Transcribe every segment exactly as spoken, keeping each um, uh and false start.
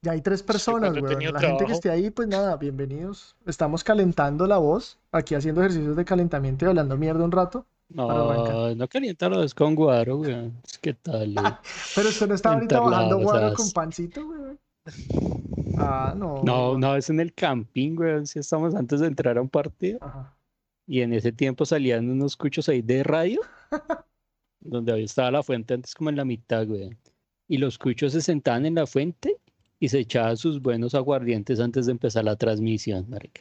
Ya hay tres Yo personas, cuando he weón. tenido La gente que trabajo, esté ahí, pues nada, bienvenidos. Estamos calentando la voz, aquí haciendo ejercicios de calentamiento y hablando mierda un rato para arrancar. No, no calienta los con guaro, weón. Es que tal, eh, Pero usted no está ahorita bajando guaro con enterlazas. pancito, weón. Ah, no, No, weón. no, es en el camping, weón. Si estamos antes de entrar a un partido. Ajá. Y en ese tiempo salían unos cuchos ahí de radio, donde ahí estaba la fuente antes como en la mitad, weón. Y los cuchos se sentaban en la fuente y se echaban sus buenos aguardientes antes de empezar la transmisión, marica.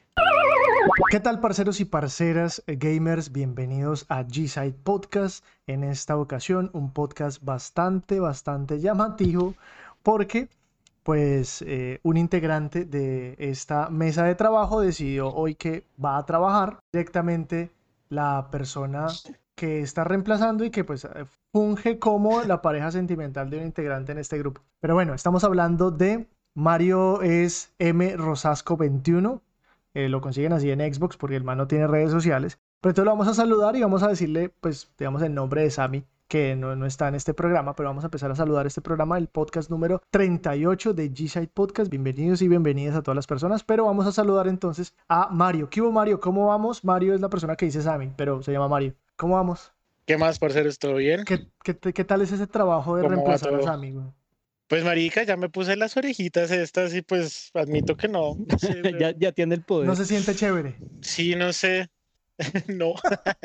¿Qué tal, parceros y parceras eh, gamers? Bienvenidos a G-Side Podcast. En esta ocasión, un podcast bastante, bastante llamativo porque, pues, eh, un integrante de esta mesa de trabajo decidió hoy que va a trabajar directamente la persona que está reemplazando y que, pues, eh, funge como la pareja sentimental de un integrante en este grupo. Pero bueno, estamos hablando de Mario es M Rosasco veintiuno. Eh, lo consiguen así en Xbox porque el man no tiene redes sociales. Pero entonces lo vamos a saludar y vamos a decirle, pues, digamos, el nombre de Sammy, que no, no está en este programa, pero vamos a empezar a saludar este programa, el podcast número treinta y ocho de G-Side Podcast. Bienvenidos y bienvenidas a todas las personas, pero vamos a saludar entonces a Mario. ¿Qué hubo, Mario? ¿Cómo vamos? Mario es la persona que dice Sammy, pero se llama Mario. ¿Cómo vamos? ¿qué más, parceros? ¿Todo bien? ¿Qué, qué, qué tal es ese trabajo de ¿Cómo va reemplazar a todo? Sammy, güey? Pues, marica, ya me puse las orejitas estas y pues admito que no, no sé, Ya, weón. ya tiene el No poder. se siente chévere, Sí, no sé, no.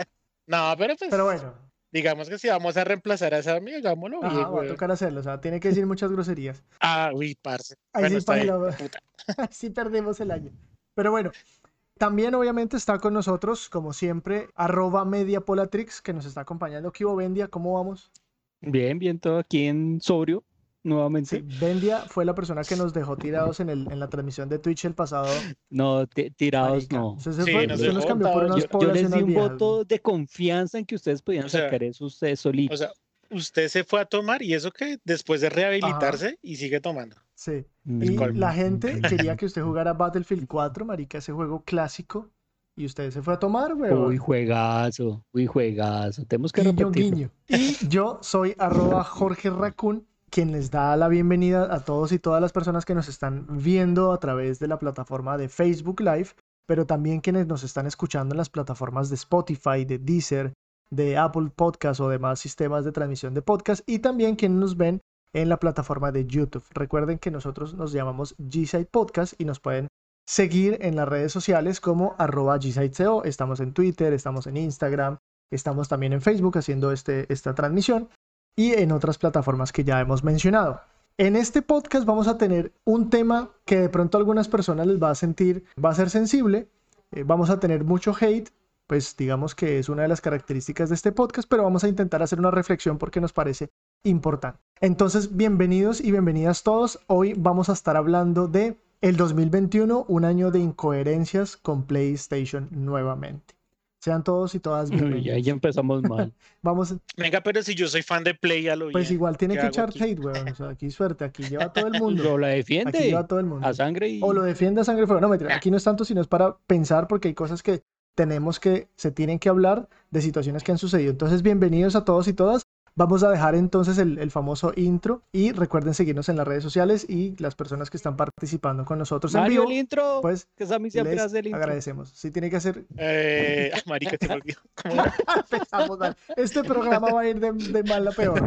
No, pero pero pues, bueno. digamos que si vamos a reemplazar a Sammy, hagámoslo Ajá, bien, va a weón. tocar hacerlo, o sea, tiene que decir muchas groserías. Ah, uy, parce. Ahí Bueno, sí está bien, baila, puta. sí perdemos el año. Pero bueno, también obviamente está con nosotros, como siempre, arroba mediapolatrix, que nos está acompañando. ¿Qué hubo, Bendia? ¿Cómo vamos? Bien, bien, todo aquí en sobrio, Sí, nuevamente. Bendia fue la persona que nos dejó tirados en, el, en la transmisión de Twitch el pasado. No, ti- tirados Marica, no. usted, se Sí, fue, nos Yo, usted nos dejó cambió por botados, unas yo, yo les di poblaciones un viejas, güey. voto de confianza en que ustedes podían o sea, sacar eso ustedes o sea, solitos. usted se fue a tomar y eso que después de Ajá, rehabilitarse y sigue tomando. sí. Es Y colmo. la gente quería Mm. que usted jugara Battlefield cuatro, marica, ese juego clásico. Y usted se fue a tomar, Uy, weón. juegazo, uy, juegazo. Tenemos que Guiño, repetirlo. guiño. Y yo soy arroba Jorge Raccoon, quien les da la bienvenida a todos y todas las personas que nos están viendo a través de la plataforma de Facebook Live, pero también quienes nos están escuchando en las plataformas de Spotify, de Deezer, de Apple Podcast o demás sistemas de transmisión de podcast, y también quienes nos ven en la plataforma de YouTube. Recuerden que nosotros nos llamamos G-Side Podcast y nos pueden seguir en las redes sociales como arroba GSideCO. Estamos en Twitter, estamos en Instagram, estamos también en Facebook haciendo este, esta transmisión y en otras plataformas que ya hemos mencionado. En este podcast vamos a tener un tema que de pronto a algunas personas les va a sentir, va a ser sensible. Eh, vamos a tener mucho hate, pues digamos que es una de las características de este podcast, pero vamos a intentar hacer una reflexión porque nos parece importante. Entonces, bienvenidos y bienvenidas todos. Hoy vamos a estar hablando de el dos mil veintiuno, un año de incoherencias con PlayStation nuevamente. Sean todos y todas Uy, ya, ya bienvenidos. empezamos mal. Vamos, Venga, pero si yo soy fan de Play, a lo pues bien. igual tiene ¿Qué que hago echar aquí? hate, weón. O sea, aquí suerte, aquí lleva todo el mundo. Lo la Aquí lleva defiende todo el a mundo. sangre O lo y... defiende a sangre fuego. No, mentira, Nah. aquí no es tanto, sino es para pensar porque hay cosas que tenemos que, se tienen que hablar de situaciones que han sucedido. Entonces, bienvenidos a todos y todas. Vamos a dejar entonces el, el famoso intro y recuerden seguirnos en las redes sociales y las personas que están participando con nosotros en Mario, el vivo, intro. pues Que Sammy siempre les hace el intro. agradecemos. Si tiene que hacer... Eh, ah, marica, se me olvidó. ¿Cómo era? Empezamos mal. Este programa va a ir de, de mal a peor.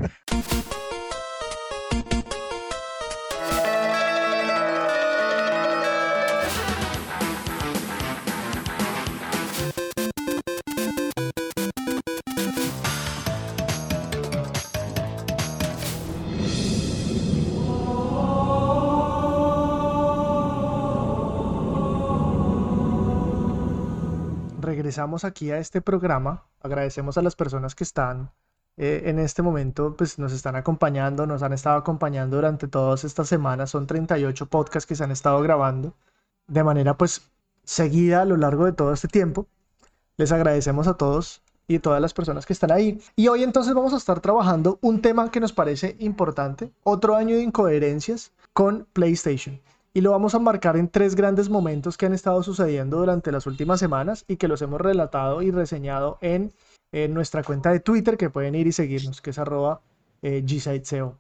Regresamos aquí a este programa. Agradecemos a las personas que están eh, en este momento, pues nos están acompañando, nos han estado acompañando durante todas estas semanas. Son treinta y ocho podcasts que se han estado grabando de manera pues seguida a lo largo de todo este tiempo. Les agradecemos a todos y todas las personas que están ahí. Y hoy entonces vamos a estar trabajando un tema que nos parece importante, otro año de incoherencias con PlayStation. Y lo vamos a marcar en tres grandes momentos que han estado sucediendo durante las últimas semanas y que los hemos relatado y reseñado en, en nuestra cuenta de Twitter, que pueden ir y seguirnos, que es arroba eh, GSideCO.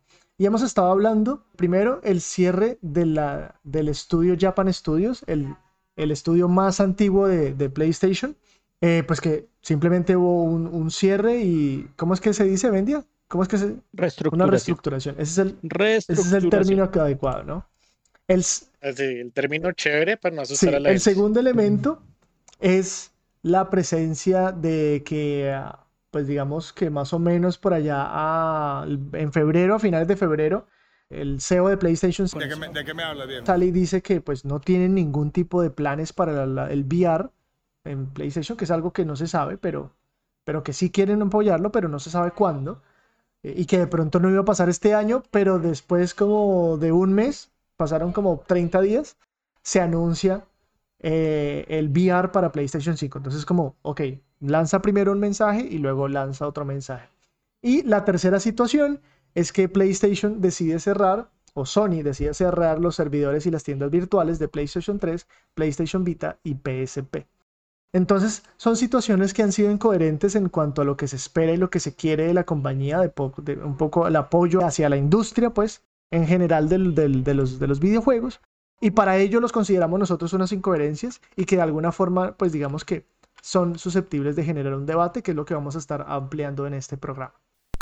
Y hemos estado hablando, primero, el cierre de la, del estudio Japan Studios, el, el estudio más antiguo de, de PlayStation. Eh, pues que simplemente hubo un, un cierre y... ¿Cómo es que se dice, Vendia? ¿Cómo es que se...? Una Reestructuración. reestructuración. Ese es el, ese es el Reestructuración. término adecuado, ¿no? El, s- Así, el término chévere para no asustar sí, a la el gente. segundo elemento es la presencia de que, ah, pues digamos que más o menos por allá a- en febrero, a finales de febrero, el C E O de PlayStation ¿De qué me, de qué me hablas, viejo? sale y dice que pues no tienen ningún tipo de planes para la- la- el V R en PlayStation, que es algo que no se sabe, pero, pero que sí quieren apoyarlo, pero no se sabe cuándo, eh, y que de pronto no iba a pasar este año, pero después como de un mes, pasaron como treinta días, se anuncia eh, el V R para PlayStation cinco. Entonces como, ok, lanza primero un mensaje y luego lanza otro mensaje. Y la tercera situación es que PlayStation decide cerrar, o Sony decide cerrar los servidores y las tiendas virtuales de PlayStation tres, PlayStation Vita y P S P. Entonces, son situaciones que han sido incoherentes en cuanto a lo que se espera y lo que se quiere de la compañía, de, po- de un poco el apoyo hacia la industria, pues, en general del- del- de, los, de los videojuegos. Y para ello los consideramos nosotros unas incoherencias y que de alguna forma, pues digamos que son susceptibles de generar un debate, que es lo que vamos a estar ampliando en este programa.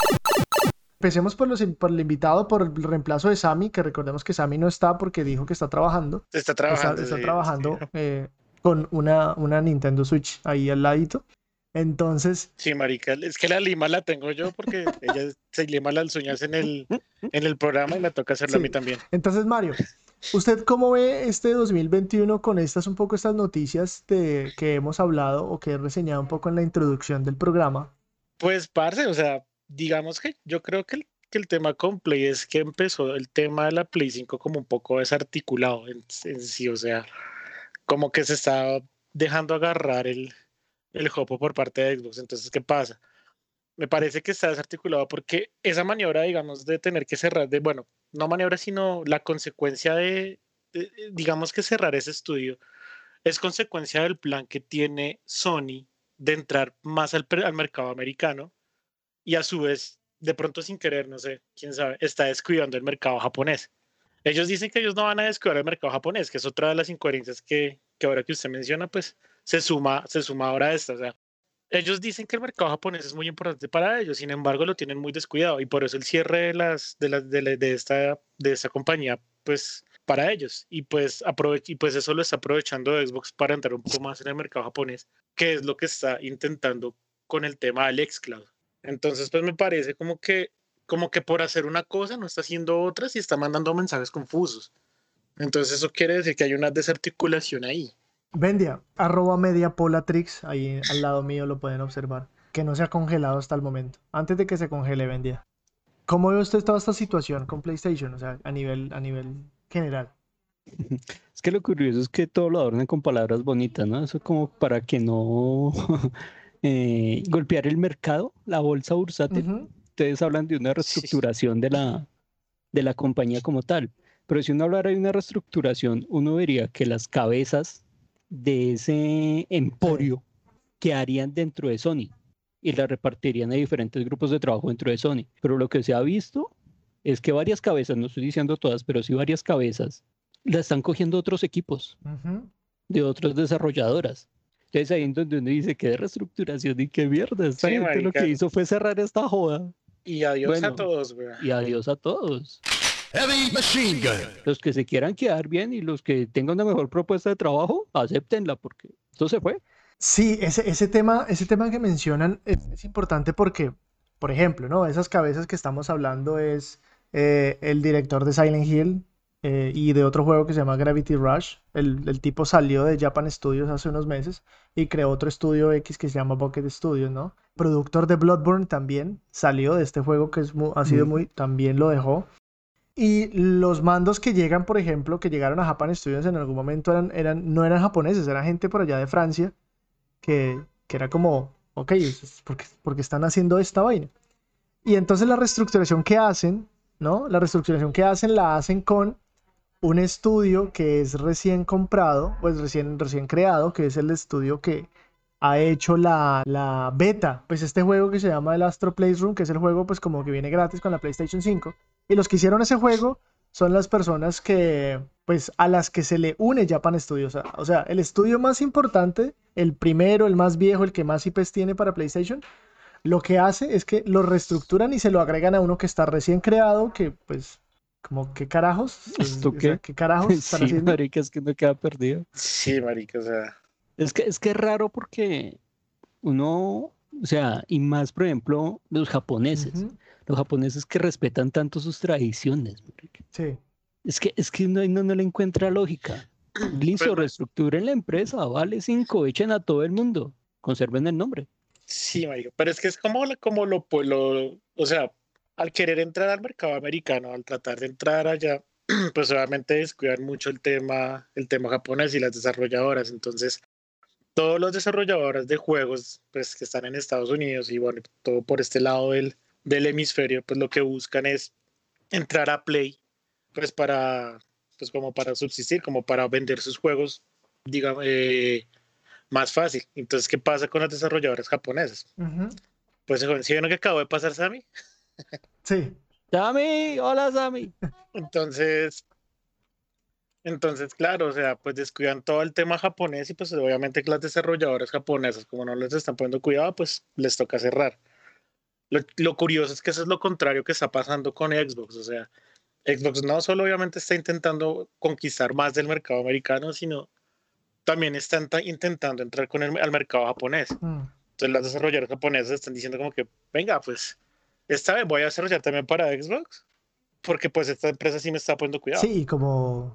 Empecemos por, los, por el invitado, por el reemplazo de Sammy, que recordemos que Sammy no está porque dijo que está trabajando. Está Está, trabajando, está sí, trabajando sí. eh, con una, una Nintendo Switch ahí al ladito. Entonces, Sí, marica, es que la lima la tengo yo porque ella se lima las uñas en el, en el programa y me toca hacerlo a mí sí. también. Entonces, Mario, ¿usted cómo ve este dos mil veintiuno con estas un poco estas noticias de, que hemos hablado o que he reseñado un poco en la introducción del programa? Pues, parce, o sea, digamos que yo creo que el, que el tema con Play es que empezó el tema de la Play cinco como un poco desarticulado en, en sí, o sea, como que se está dejando agarrar el, el jopo por parte de Xbox. Entonces, ¿qué pasa? Me parece que está desarticulado porque esa maniobra, digamos, de tener que cerrar, de, bueno, no maniobra, sino la consecuencia de, de, digamos que cerrar ese estudio, es consecuencia del plan que tiene Sony de entrar más al, al mercado americano y a su vez, de pronto sin querer, no sé, quién sabe, está descuidando el mercado japonés. Ellos dicen que ellos no van a descuidar el mercado japonés, que es otra de las incoherencias que, que ahora que usted menciona, pues se suma, se suma ahora a esta. O sea, ellos dicen que el mercado japonés es muy importante para ellos, sin embargo lo tienen muy descuidado y por eso el cierre de, las, de, las, de, la, de, esta, de esta compañía, pues para ellos. Y pues, aprove y pues eso lo está aprovechando Xbox para entrar un poco más en el mercado japonés, que es lo que está intentando con el tema del xCloud. Entonces, pues me parece como que, como que por hacer una cosa no está haciendo otras y está mandando mensajes confusos. Entonces eso quiere decir que hay una desarticulación ahí. Vendia, arroba mediapolatrix, ahí al lado mío lo pueden observar, que no se ha congelado hasta el momento. Antes de que se congele, Vendia. ¿Cómo ve usted toda esta situación con PlayStation? O sea, a nivel, a nivel general. Es que lo curioso es que todo lo adornan con palabras bonitas, ¿no? Eso como para que no eh, golpear el mercado, la bolsa bursátil. Ujú. Ustedes hablan de una Sí. reestructuración de la, de la compañía como tal. Pero si uno hablara de una reestructuración, uno vería que las cabezas de ese emporio quedarían dentro de Sony y las repartirían a diferentes grupos de trabajo dentro de Sony. Pero lo que se ha visto es que varias cabezas, no estoy diciendo todas, pero sí varias cabezas, la están cogiendo otros equipos Ujú. de otras desarrolladoras. Entonces ahí en donde uno dice que de reestructuración y qué mierda, esta Sí, gente lo que marica. hizo fue cerrar esta joda. Y adiós Bueno, a todos, güey. y adiós a todos. Heavy Machine Gun. Los que se quieran quedar bien y los que tengan una mejor propuesta de trabajo, acéptenla porque esto se fue. Sí, ese, ese tema, ese tema que mencionan es, es importante porque, por ejemplo, ¿no? Esas cabezas que estamos hablando es eh, el director de Silent Hill eh, y de otro juego que se llama Gravity Rush. El, el tipo salió de Japan Studios hace unos meses y creó otro estudio X que se llama Bucket Studios, ¿no? Productor de Bloodborne también salió de este juego que es mu- ha sido Mm. muy, también lo dejó. Y los mandos que llegan, por ejemplo, que llegaron a Japan Studios en algún momento eran, eran, no eran japoneses, era gente por allá de Francia que, que era como, ok, ¿por qué, por qué están haciendo esta vaina? Y entonces la reestructuración que hacen, ¿no? La reestructuración que hacen la hacen con un estudio que es recién comprado, pues recién, recién creado, que es el estudio que ha hecho la, la beta, pues este juego que se llama el Astro Playroom, que es el juego pues como que viene gratis con la PlayStation cinco. Y los que hicieron ese juego son las personas que, pues, a las que se le une Japan Studios. O sea, el estudio más importante, el primero, el más viejo, el que más I Ps tiene para PlayStation, lo que hace es que lo reestructuran y se lo agregan a uno que está recién creado, que, pues, como, ¿qué carajos? ¿Esto O sea, qué? ¿qué carajos están Sí, haciendo? marica, es que no queda perdido. Sí, marica, o sea, Es que, es que es raro porque uno, o sea, y más, por ejemplo, los japoneses. Ujú, Los japoneses que respetan tanto sus tradiciones, marica. sí. Es que, es que uno, no, no le encuentra lógica. Listo, pues, reestructuren la empresa, vale cinco, echen a todo el mundo, conserven el nombre. sí, marica, pero es que es como, la- como lo, pues, lo, o sea, al querer entrar al mercado americano, al tratar de entrar allá, pues obviamente descuidan mucho el tema, el tema japonés y las desarrolladoras. Entonces, todos los desarrolladores de juegos, pues que están en Estados Unidos y bueno, todo por este lado del, del hemisferio, pues lo que buscan es entrar a Play, pues para, pues como para subsistir, como para vender sus juegos, digamos, eh, más fácil. Entonces, ¿qué pasa con los desarrolladores japoneses? Ujú, Pues, ¿sí ven lo que acabó de pasar, Sammy? sí. Sammy, hola Sammy. Entonces, entonces, claro, o sea, pues descuidan todo el tema japonés y pues obviamente que las desarrolladoras japonesas, como no les están poniendo cuidado, pues les toca cerrar. Lo, lo curioso es que eso es lo contrario que está pasando con Xbox, o sea, Xbox no solo obviamente está intentando conquistar más del mercado americano, sino también están ta- intentando entrar con el, al mercado japonés. Mm. Entonces las desarrolladoras japonesas están diciendo como que, venga, pues esta vez voy a desarrollar también para Xbox, porque pues esta empresa sí me está poniendo cuidado. Sí, y como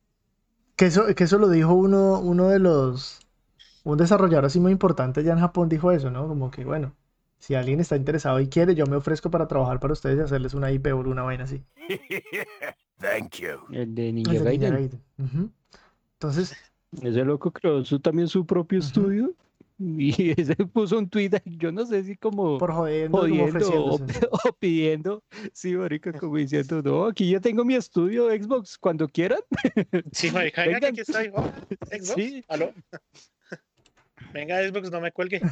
que eso, que eso lo dijo uno, uno de los, un desarrollador así muy importante ya en Japón dijo eso, ¿no? Como que, bueno, si alguien está interesado y quiere, yo me ofrezco para trabajar para ustedes y hacerles una I P o una vaina así. Thank you. El de El Ninja de Ninja Gaiden. Gaiden. Ujú. Entonces, Ese loco creó su, también su propio ujú, estudio y ese puso un tweet, yo no sé si como por jodiendo, como jodiendo o, ofreciéndose. o pidiendo, sí, marica, como diciendo, no, aquí yo tengo mi estudio Xbox, cuando quieran, Sí, marica, venga, que vengan. aquí estoy. Oh, Xbox, Sí, aló. Venga, Xbox, no me cuelgue.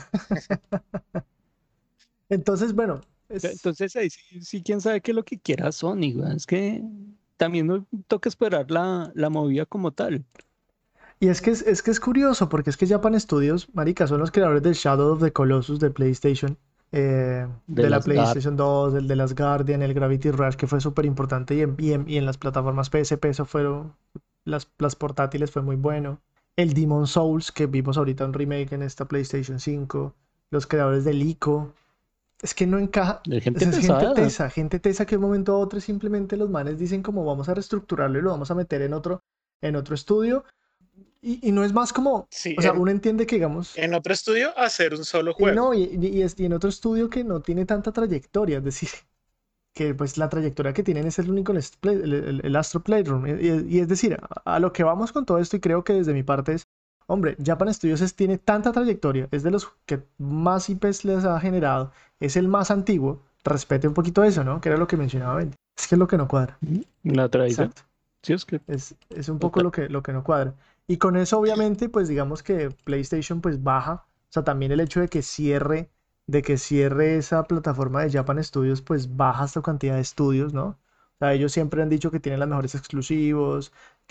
Entonces, bueno, es, entonces ahí sí, sí, quién sabe qué es lo que quiera Sony, güey. Es que también no toca esperar la, la movida como tal. y es que es, es que es curioso, porque es que Japan Studios, marica, son los creadores del Shadow of the Colossus de PlayStation, eh, De de la las Guard. PlayStation dos, el de las Guardian, el Gravity Rush, que fue súper importante, y en, y, en, y en las plataformas P S P eso fueron, las, las portátiles fue muy bueno. El Demon Souls, que vimos ahorita un remake en esta PlayStation cinco, los creadores del Ico. Es que no encaja, De gente es, es gente pesada. tesa, gente tesa que de un momento a otro simplemente los manes dicen como vamos a reestructurarlo y lo vamos a meter en otro, en otro estudio. Y, y no es más como, Sí, o sea, en, uno entiende que digamos, en otro estudio hacer un solo y juego. no, y, y- y es- y en otro estudio que no tiene tanta trayectoria, es decir, que pues la trayectoria que tienen es el único, el, Play- el- el- el Astro Playroom. Y, y- y es decir, a, a lo que vamos con todo esto, y creo que desde mi parte es, hombre, Japan Studios es- tiene tanta trayectoria, es de los que más I Ps les ha generado, es el más antiguo, respete un poquito eso, ¿no? Que era lo que mencionaba Bendy. Es que es lo que no cuadra. La tradición. Exacto. Sí, es que. Es, es un poco Total. lo que, lo que no cuadra. Y con eso, obviamente, pues digamos que PlayStation pues baja. O sea, también el hecho de que cierre, de que cierre esa plataforma de Japan Studios, pues baja esta cantidad de estudios, ¿no? O sea, ellos siempre han dicho que tienen los mejores exclusivos,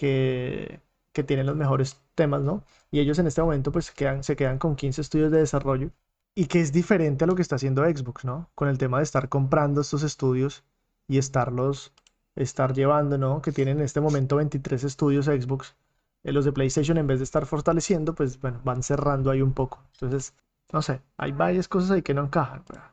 que, que tienen los mejores temas, ¿no? Y ellos en este momento pues se quedan, se quedan con quince estudios de desarrollo. Y que es diferente a lo que está haciendo Xbox, ¿no? Con el tema de estar comprando estos estudios y estarlos estar llevando, ¿no? Que tienen en este momento veintitrés estudios Xbox. Eh, los de PlayStation, en vez de estar fortaleciendo, pues bueno, van cerrando ahí un poco. Entonces, no sé, hay varias cosas ahí que no encajan, pero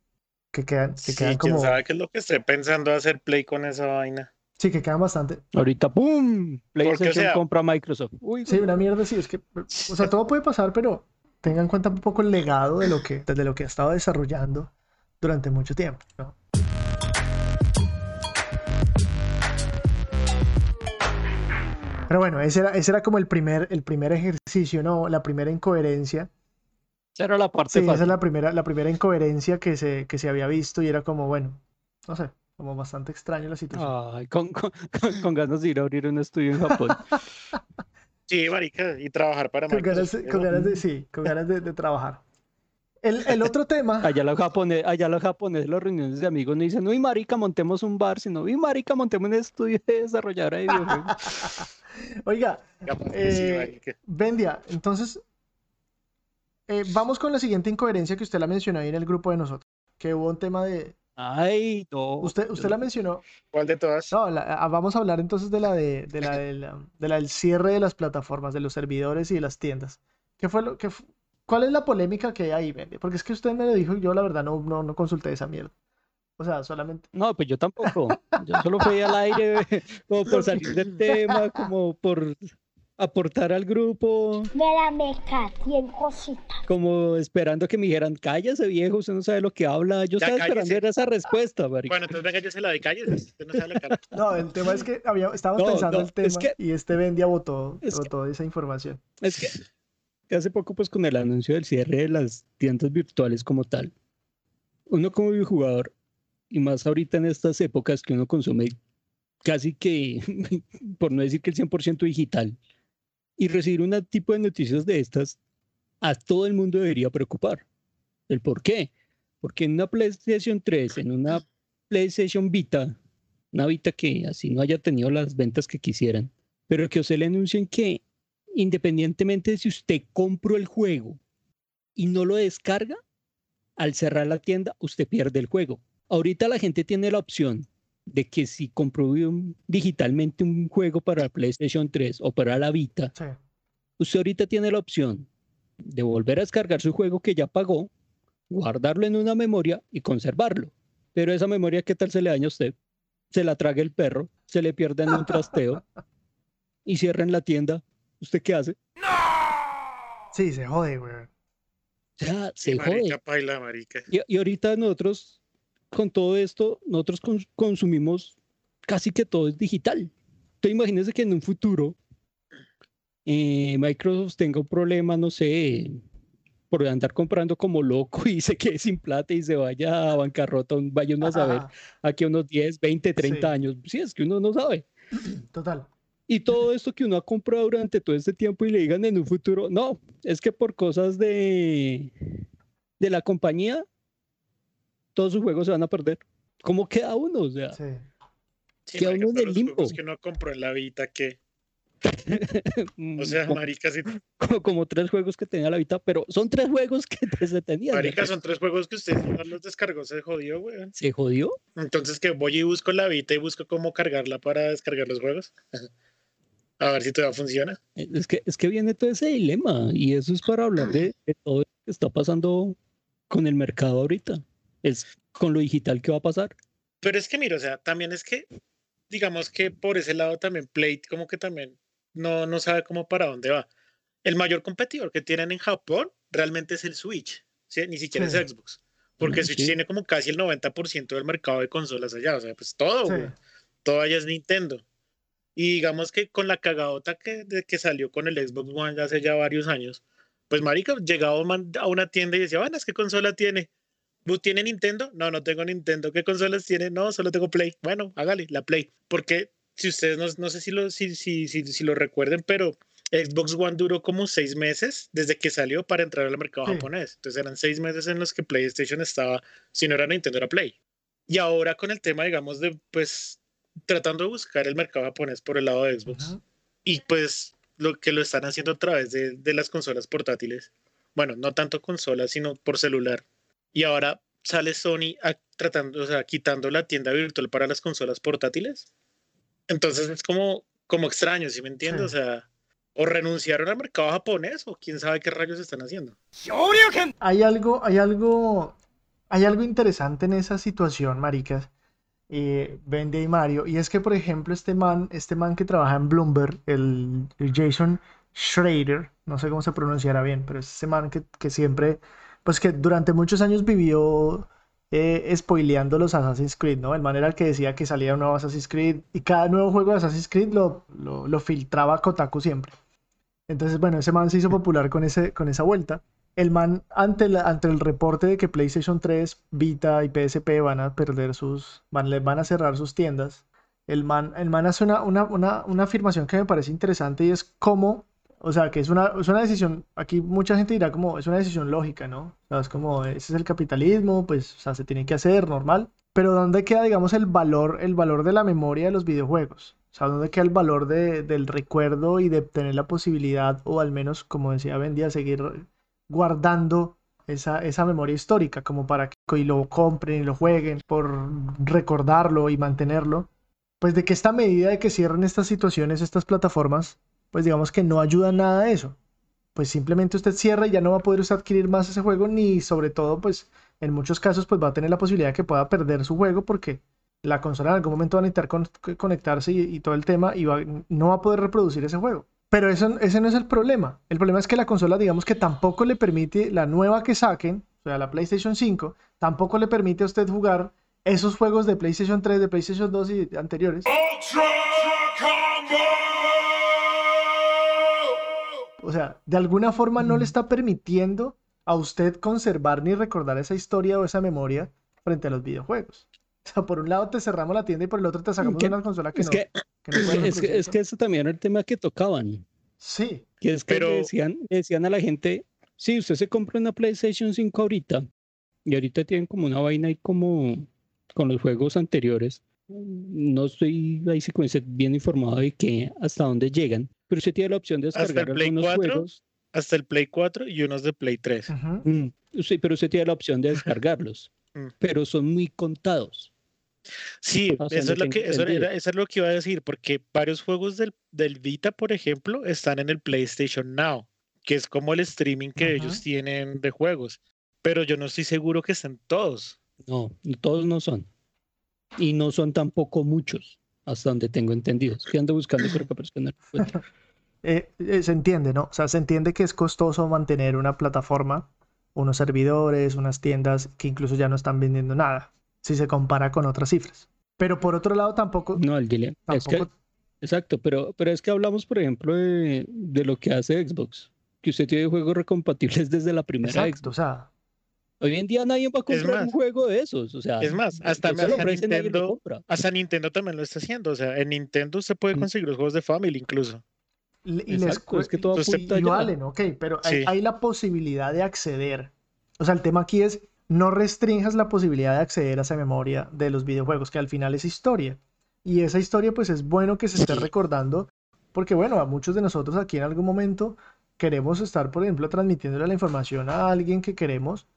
que quedan, que quedan Sí, quién sabe como, qué es lo que esté pensando hacer Play con esa vaina. sí, que quedan bastante. Ahorita, ¡pum! Porque, o PlayStation sea, compra Microsoft. Uy, Sí, güey, una mierda, sí, es que, o sea, todo puede pasar, pero tengan en cuenta un poco el legado de lo que, de lo que ha estado desarrollando durante mucho tiempo, ¿no? Pero bueno, ese era, ese era como el primer, el primer ejercicio, ¿no? La primera incoherencia. esa era la parte Sí, esa es fácil. la primera, la primera incoherencia que se, que se había visto y era como, bueno, no sé, como bastante extraño la situación. Ay, con, con, con- con ganas de ir a abrir un estudio en Japón. sí, marica, y trabajar para Con ganas, Microsoft. con Eso, ganas de, Mm. sí, con ganas de, de trabajar. El, el otro tema, Allá los japoneses, allá los japoneses, las reuniones de amigos no dicen, uy, marica, montemos un bar, sino, uy, marica, montemos un estudio de desarrolladora de videojuegos. oiga, Capaz que sí, eh, marica. Bendia, entonces eh, vamos con la siguiente incoherencia que usted la mencionó ahí en el grupo de nosotros, que hubo un tema de, Ay, no. usted, yo usted la no- mencionó, ¿Cuál de todas? no, la- ah, vamos a hablar entonces de la de, de la, de la- de la del cierre de las plataformas, de los servidores y de las tiendas. ¿Qué fue lo que fu- ¿Cuál es la polémica que hay ahí, Bendia? Porque es que usted me lo dijo y yo la verdad no, no, no consulté esa mierda. O sea, solamente. No, pues yo tampoco. Yo solo fui al aire como por salir del tema, como por aportar al grupo, Mira, me cien cositas. como esperando que me dijeran, cállese viejo, usted no sabe lo que habla. Yo Ya estaba esperando cállese. era esa respuesta, marica. Bueno, entonces venga, yo se la doy calles. Usted no sabe lo que habla. No, el tema es que había, estábamos No, pensando no, el tema es que- y este Bendia votó, es que- votó esa información. Es que, que hace poco, pues con el anuncio del cierre de las tiendas virtuales como tal, uno como videojugador, y más ahorita en estas épocas que uno consume casi que, por no decir que el cien por ciento digital, y recibir un tipo de noticias de estas, a todo el mundo debería preocupar. ¿El por qué? Porque en una PlayStation tres, en una PlayStation Vita, una Vita que así no haya tenido las ventas que quisieran, pero que a usted le anuncien que independientemente de si usted compró el juego y no lo descarga, al cerrar la tienda, usted pierde el juego. Ahorita la gente tiene la opción de que si compró un- digitalmente un juego para PlayStation tres o para la Vita, Sí. usted ahorita tiene la opción de volver a descargar su juego que ya pagó, guardarlo en una memoria y conservarlo. Pero esa memoria, ¿qué tal se le daña a usted? Se la traga el perro, se le pierde en un trasteo y cierran la tienda. ¿Usted qué hace? Sí, se jode, güey. O sea, Sí, se jode. marica, paila, marica. Y, y ahorita nosotros, con todo esto, nosotros cons- consumimos casi que todo es digital. Entonces imagínense que en un futuro eh, Microsoft tenga un problema, no sé, por andar comprando como loco y se quede sin plata y se vaya a bancarrota, un- vaya uno a saber aquí a unos diez, veinte, treinta Sí. años. Sí, es que uno no sabe. Total. Y todo esto que uno ha comprado durante todo este tiempo y le digan en un futuro, no, es que por cosas de, de la compañía, todos sus juegos se van a perder. ¿Cómo queda uno? O sea, Sí. Sí, queda marica, uno en pero el los limbo. juegos que uno compró en la Vita, que, o sea, como, marica, si, como- como tres juegos que tenía la Vita, pero son tres juegos que se tenían. marica, son tres juegos que usted no los descargó, se jodió, weón. ¿Se jodió? Entonces que voy y busco la Vita y busco cómo cargarla para descargar los juegos. A ver si todavía funciona. Es que, es que viene todo ese dilema y eso es para hablar de, de todo lo que está pasando con el mercado ahorita. Es con lo digital que va a pasar. Pero es que, mira, o sea, también es que, digamos que por ese lado también Play como que también no, no sabe cómo para dónde va. El mayor competidor que tienen en Japón realmente es el Switch, ¿sí? Ni siquiera Sí. es Xbox. Porque Mm, Switch sí. tiene como casi el noventa por ciento del mercado de consolas allá, o sea, pues todo, Sí. güey. Todo allá es Nintendo. Y digamos que con la cagadota que, de que salió con el Xbox One hace ya varios años, pues marica, llegaba man- a una tienda y decía, bueno, ¿qué consola tiene? ¿Tú tiene Nintendo? No, no tengo Nintendo. ¿Qué consolas tiene? No, solo tengo Play. Bueno, hágale, la Play. Porque si ustedes no, no sé si lo, si, si, si, si lo recuerden, pero Xbox One duró como seis meses desde que salió para entrar al mercado Sí. japonés. Entonces eran seis meses en los que PlayStation estaba, si no era Nintendo, era Play. Y ahora con el tema, digamos, de pues tratando de buscar el mercado japonés por el lado de Xbox. Ujú. Y pues lo que lo están haciendo a través de, de las consolas portátiles. Bueno, no tanto consolas, sino por celular. Y ahora sale Sony a- tratando, o sea, quitando la tienda virtual para las consolas portátiles. Entonces es como, como extraño, ¿sí me entiendes? Sí. O sea, o renunciaron al mercado japonés o quién sabe qué rayos están haciendo. Hay algo, hay algo, hay algo interesante en esa situación, maricas, eh, Bendy y Mario, y es que, por ejemplo, este man, este man que trabaja en Bloomberg, el, el Jason Schrader, no sé cómo se pronunciará bien, pero es ese man que, que siempre, pues que durante muchos años vivió eh, spoileando los Assassin's Creed, ¿no? El man era el que decía que salía un nuevo Assassin's Creed y cada nuevo juego de Assassin's Creed lo, lo, lo filtraba Kotaku siempre. Entonces, bueno, ese man se hizo popular con, ese, con esa vuelta. El man, ante, la, ante el reporte de que PlayStation tres, Vita y P S P van a perder sus, van, les van a cerrar sus tiendas, el man, el man hace una, una, una, una afirmación que me parece interesante y es cómo O sea, que es una, es una decisión, aquí mucha gente dirá como, es una decisión lógica, ¿no? O sea, es como, ese es el capitalismo, pues, o sea, se tiene que hacer, normal. Pero ¿dónde queda, digamos, el valor, el valor de la memoria de los videojuegos? O sea, ¿dónde queda el valor de, del recuerdo y de tener la posibilidad, o al menos, como decía Ben Díaz, seguir guardando esa, esa memoria histórica, como para que y lo compren y lo jueguen, por recordarlo y mantenerlo? Pues de que esta medida de que cierren estas situaciones, estas plataformas, pues digamos que no ayuda nada a eso. Pues simplemente usted cierra y ya no va a poder usted adquirir más ese juego, ni sobre todo, pues en muchos casos, pues va a tener la posibilidad de que pueda perder su juego porque la consola en algún momento va a necesitar con- conectarse y, y todo el tema y va- no va a poder reproducir ese juego. Pero eso, ese no es el problema. El problema es que la consola, digamos que tampoco le permite, la nueva que saquen, o sea, la PlayStation cinco, tampoco le permite a usted jugar esos juegos de PlayStation tres, de PlayStation dos y anteriores. O sea, de alguna forma no le está permitiendo a usted conservar ni recordar esa historia o esa memoria frente a los videojuegos. O sea, por un lado te cerramos la tienda y por el otro te sacamos Que- una consola que Es no, que, que no es puede que, es reproducir que, es eso. que eso también era el tema que tocaban. Sí, Que es que le Pero decían, le decían a la gente, sí, usted se compra una PlayStation cinco ahorita, y ahorita tienen como una vaina ahí como con los juegos anteriores. No estoy ahí sí como dice, bien informado de que hasta dónde llegan, pero usted tiene la opción de hasta el descargar Play algunos cuatro, juegos. hasta el Play cuatro y unos de Play tres. ujú. Mm, sí, pero usted tiene la opción de descargarlos, Mm. pero son muy contados. Sí, Hasta eso donde es lo tengo que, eso entendido. era, eso es lo que iba a decir, porque varios juegos del, del Vita, por ejemplo, están en el PlayStation Now, que es como el streaming que ellos Ujú. tienen de juegos. Pero yo no estoy seguro que estén todos. No, todos no son. Y no son tampoco muchos, hasta donde tengo entendido. Es que ando buscando, pero capaz que no lo encuentro. Eh, eh, se entiende, ¿no? O sea, se entiende que es costoso mantener una plataforma, unos servidores, unas tiendas que incluso ya no están vendiendo nada, si se compara con otras cifras. Pero por otro lado, tampoco, No, el dilema. Es que, tampoco, exacto, pero, pero es que hablamos, por ejemplo, de, de lo que hace Xbox, que usted tiene juegos recompatibles desde la primera exacto, o Xbox. sea, Hoy en día nadie va a Es comprar un más, juego de esos, o sea, es más, hasta, usted se lo hasta ofrece y nadie lo Nintendo, compra. hasta Nintendo también lo está haciendo. O sea, en Nintendo usted puede Mm, conseguir los juegos de Family incluso. le- y les Exacto, es cue- que todo y, Usted, apunta y- y allá. valen, ok, pero hay, sí, hay la posibilidad de acceder. O sea, el tema aquí es no restringas la posibilidad de acceder a esa memoria de los videojuegos, que al final es historia. Y esa historia, pues es bueno que se esté sí. recordando, porque bueno, a muchos de nosotros aquí en algún momento queremos estar, por ejemplo, transmitiéndole la información a alguien que queremos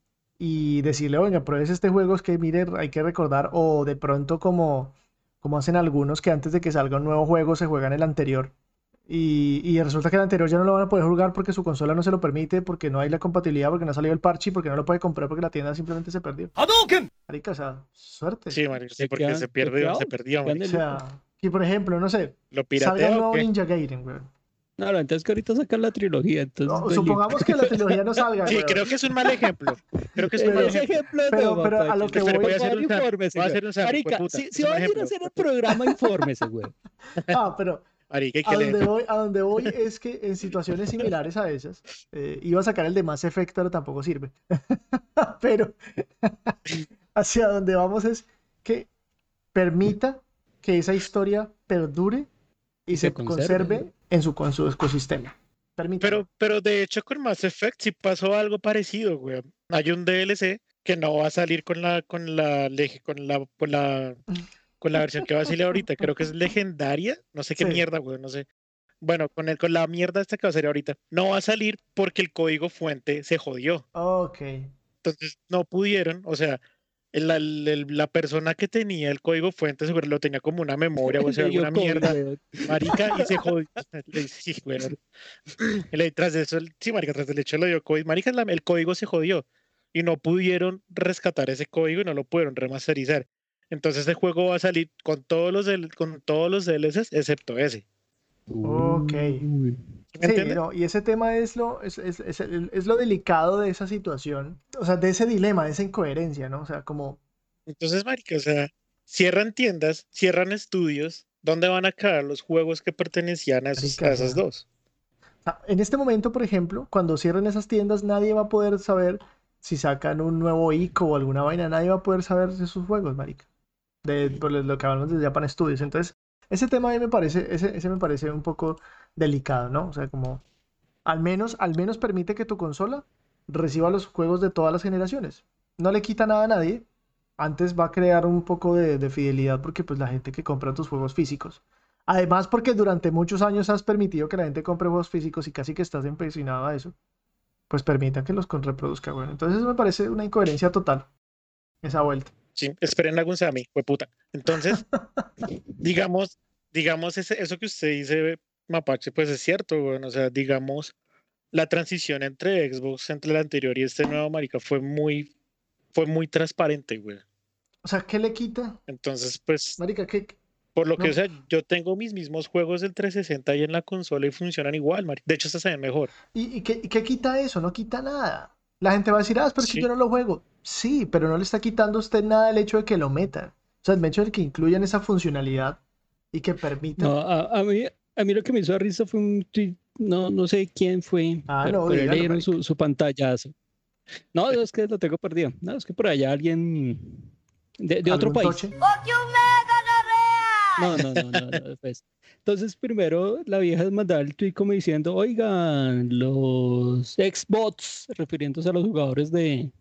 y decirle, oiga, pruebes este juego, es que mire, hay que recordar, o de pronto como, como hacen algunos que antes de que salga un nuevo juego se juegan el anterior. Y, y resulta que el anterior ya no lo van a poder jugar porque su consola no se lo permite, porque no hay la compatibilidad, porque no ha salido el parche y porque no lo puede comprar porque la tienda simplemente se perdió. Marica, o sea, suerte. Sí, marica, sí, Se porque se quedan, se pierde, se quedan, perdió, quedan marica. O de lujo. sea, que por ejemplo, no sé, ¿Lo salga un piratea o nuevo qué? Ninja Gaiden, weón. No, no, entonces que ahorita sacan la trilogía, entonces No, no hay lío. supongamos que la trilogía no salga, Sí, weón. creo que es un mal ejemplo. Creo que es un Eh, mal Ese ejemplo. ejemplo Pero, no, pero papá. a lo que Espera, voy, voy a hacer un sample. Infórmese, Voy a güey. hacer un sample, Marica, puta. si, Es si un va a mal ir a ejemplo, hacer el puta. programa, infórmese, güey. ah, pero Marica, ¿y a qué le? donde voy, a donde voy es que en situaciones similares a esas, eh, iba a sacar el de Mass Effect, pero tampoco sirve. Pero hacia donde vamos es que permita que esa historia perdure y Y se se conserve. conserve en su, con su ecosistema. Permítalo. Pero, pero de hecho con Mass Effect sí pasó algo parecido, güey. Hay un D L C que no va a salir con la, con la, lege- con la, con la, con la versión que va a salir ahorita. Creo que es legendaria. No sé qué Sí, mierda, güey. No sé. Bueno, con el, con la mierda esta que va a salir ahorita. No va a salir porque el código fuente se jodió. ok. Entonces no pudieron, o sea, el- la, el- la persona que tenía el código fuente seguro lo tenía como una memoria o sea, Le dio alguna COVID, mierda, güey. marica, y se jodió. Le- Sí, bueno. Y le- tras de eso, el- sí, marica, tras del hecho le dio COVID. Marica, la- el código se jodió y no pudieron rescatar ese código y no lo pudieron remasterizar. Entonces este juego va a salir con todos los, del- con todos los D L Cs excepto ese. Ok. Uy. ¿Sí ¿Me Sí, entiendes? no, y ese tema es lo, es, es, es, el- es lo delicado de esa situación, o sea, de ese dilema, de esa incoherencia, ¿no? O sea, como, Entonces, marica, o sea, cierran tiendas, cierran estudios. ¿Dónde van a quedar los juegos que pertenecían a, esos, marica, a o esas sea, dos? ah, en este momento, por ejemplo, cuando cierren esas tiendas, nadie va a poder saber si sacan un nuevo ICO o alguna vaina, nadie va a poder saber de sus juegos, marica, de por lo que hablamos de Japan Studios. Entonces, ese tema a mí me parece, ese, ese me parece un poco delicado, ¿no? O sea, como al menos, al menos permite que tu consola reciba los juegos de todas las generaciones. No le quita nada a nadie. Antes va a crear un poco de, de fidelidad porque pues la gente que compra tus juegos físicos. Además porque durante muchos años has permitido que la gente compre juegos físicos y casi que estás empecinado a eso. Pues permita que los con- reproduzca, bueno. Entonces eso me parece una incoherencia total, esa vuelta. Sí, esperen algún Sammy, fue puta. Entonces, digamos, digamos, ese, eso que usted dice, Mapache, pues es cierto, bueno, o sea, digamos, la transición entre Xbox, entre el anterior y este nuevo, marica, fue muy, fue muy transparente, güey. O sea, ¿qué le quita? Entonces, pues, Marica, ¿qué? por lo que, o No. sea, yo tengo mis mismos juegos del trescientos sesenta ahí en la consola y funcionan igual, marica. De hecho, hasta se ven mejor. ¿Y, y qué, y qué quita eso? No quita nada. La gente va a decir, ah, pero es que yo Sí, no lo juego. Sí, pero no le está quitando a usted nada el hecho de que lo metan. O sea, el hecho de que incluyan esa funcionalidad y que permitan. No, a, a mí, a mí lo que me hizo risa fue un tweet, no, no sé quién fue, Ah, pero, no, pero dígalo, leyeron marica. su, su pantallazo. No, no, es que lo tengo perdido. No, es que por allá alguien de, de otro ¿Algún país. toche? No, no, no, no, no, pues. Entonces, primero la vieja mandaba el tweet como diciendo, oigan, los Xbots, refiriéndose a los jugadores de,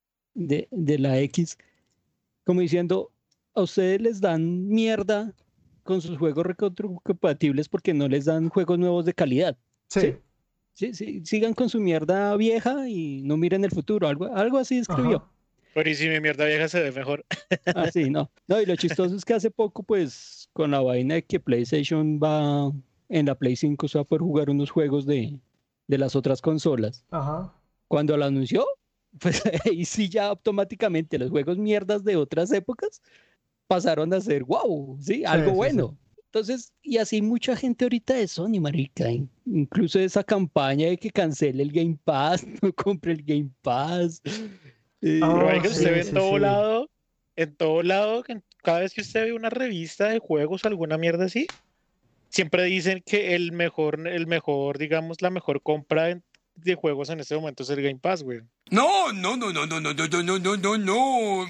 de, de la X, como diciendo, a ustedes les dan mierda con sus juegos retrocompatibles porque no les dan juegos nuevos de calidad. ¿Sí? Sí. Sí, sí, sigan con su mierda vieja y no miren el futuro, algo, algo así escribió. Ajá. pero y si mi mierda vieja se ve mejor. Ah, sí, no. No, y lo chistoso es que hace poco, pues, con la vaina de que PlayStation va en la Play cinco, se va a poder jugar unos juegos de, de las otras consolas. Ajá. Cuando lo anunció, pues ahí sí ya automáticamente los juegos mierdas de otras épocas pasaron a ser, wow, sí, algo Sí, sí, sí. bueno. Entonces, y así mucha gente ahorita de Sony, marica, in- incluso esa campaña de que cancele el Game Pass, no compre el Game Pass. eh, Pero hay Oh, que usted sí, ve en sí, todo sí. lado, en todo lado, en- cada vez que usted ve una revista de juegos o alguna mierda así, siempre dicen que el mejor, el mejor, digamos, la mejor compra en- de juegos en este momento es el Game Pass, güey. No, no, no, no, no, no, no, no, no, no, no, no.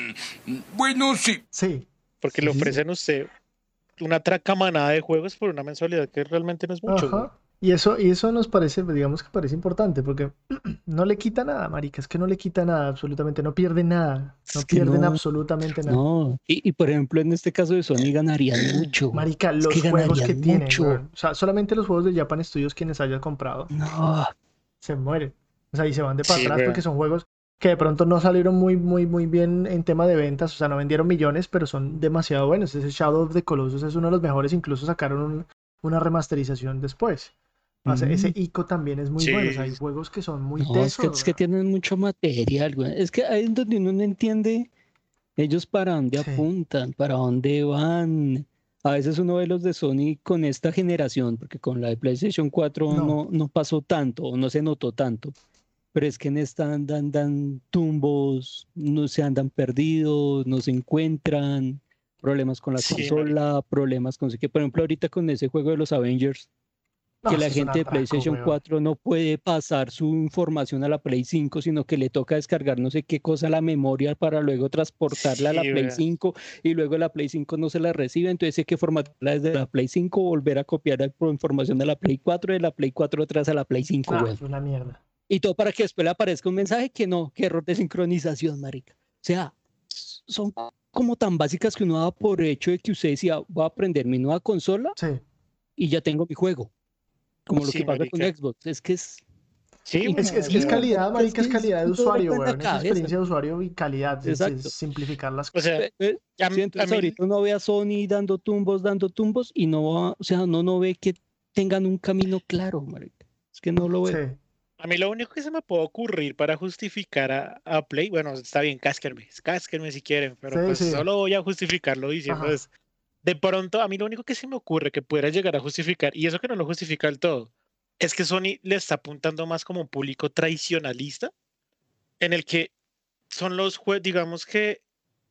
Mm, Bueno, sí. Sí. Porque Sí, le sí, sí. ofrecen a usted una tracamanada de juegos por una mensualidad que realmente no es mucho, güey. Ajá. Y eso, y eso nos parece, digamos que parece importante, porque no le quita nada, marica, es que no le quita nada, absolutamente, no pierde nada, es no que pierden no, absolutamente nada. no. Y, y por ejemplo, en este caso de Sony ganarían mucho. Marica, Es que los juegos que ganarían tienen, mucho. weón. O sea, solamente los juegos de Japan Studios quienes haya comprado No, se mueren. O sea, y se van de para Sí, atrás güey. porque son juegos que de pronto no salieron muy, muy, muy bien en tema de ventas. O sea, no vendieron millones, pero son demasiado buenos. Ese Shadow of the Colossus es uno de los mejores. Incluso sacaron un- una remasterización después. O sea, ese mm, Ico también es muy bueno. O sea, hay Sí, juegos que son muy no, es que, tesos, es que weón. tienen mucho material, güey. Es que ahí es donde uno no entiende ellos para dónde Sí. apuntan, para dónde van. A veces uno ve los de Sony con esta generación, porque con la de PlayStation cuatro No. no, no pasó tanto, o no se notó tanto. Pero es que en esta andan, andan tumbos, no se andan perdidos, no se encuentran, problemas con la sí, marica. consola, problemas con... que, por ejemplo, ahorita con ese juego de los Avengers, No, que eso la es un gente de atraco, PlayStation weón. cuatro no puede pasar su información a la Play cinco, sino que le toca descargar no sé qué cosa a la memoria para luego transportarla a la Sí, Play güey. cinco y luego la Play cinco no se la recibe, entonces hay que formatearla desde la Play cinco, volver a copiar la pro- información de la Play cuatro, de la Play cuatro atrás a la Play cinco, No, güey. es una mierda. Y todo para que después le aparezca un mensaje que no, que error de sincronización, marica. O sea, s- son como tan básicas que uno da por hecho de que usted decía, voy a aprender mi nueva consola Sí. y ya tengo mi juego. Como lo Sí, que pasa con marica. Xbox. Es que es Sí, y güey, Es, o es, es sea, mierda, calidad, marica, es marica, que es es calidad de un dolor usuario, en la weón. Es cabeza. experiencia de usuario y calidad. Es, es Exacto. simplificar las o cosas. sea, Ve- ve- a, Sí, a entonces mí, ahorita uno ve a Sony dando tumbos, dando tumbos y no va, o sea, no, no ve que tengan un camino claro, marica. Es que no lo Sí. veo. a mí lo único que se me puede ocurrir para justificar a, a Play, bueno, está bien, cásquenme, cásquenme si quieren, pero Sí, pues sí. solo voy a justificarlo diciendo Ajá. es, de pronto, a mí lo único que se me ocurre que pudiera llegar a justificar, y eso que no lo justifica del todo, es que Sony le está apuntando más como un público tradicionalista, en el que son los juegos, digamos que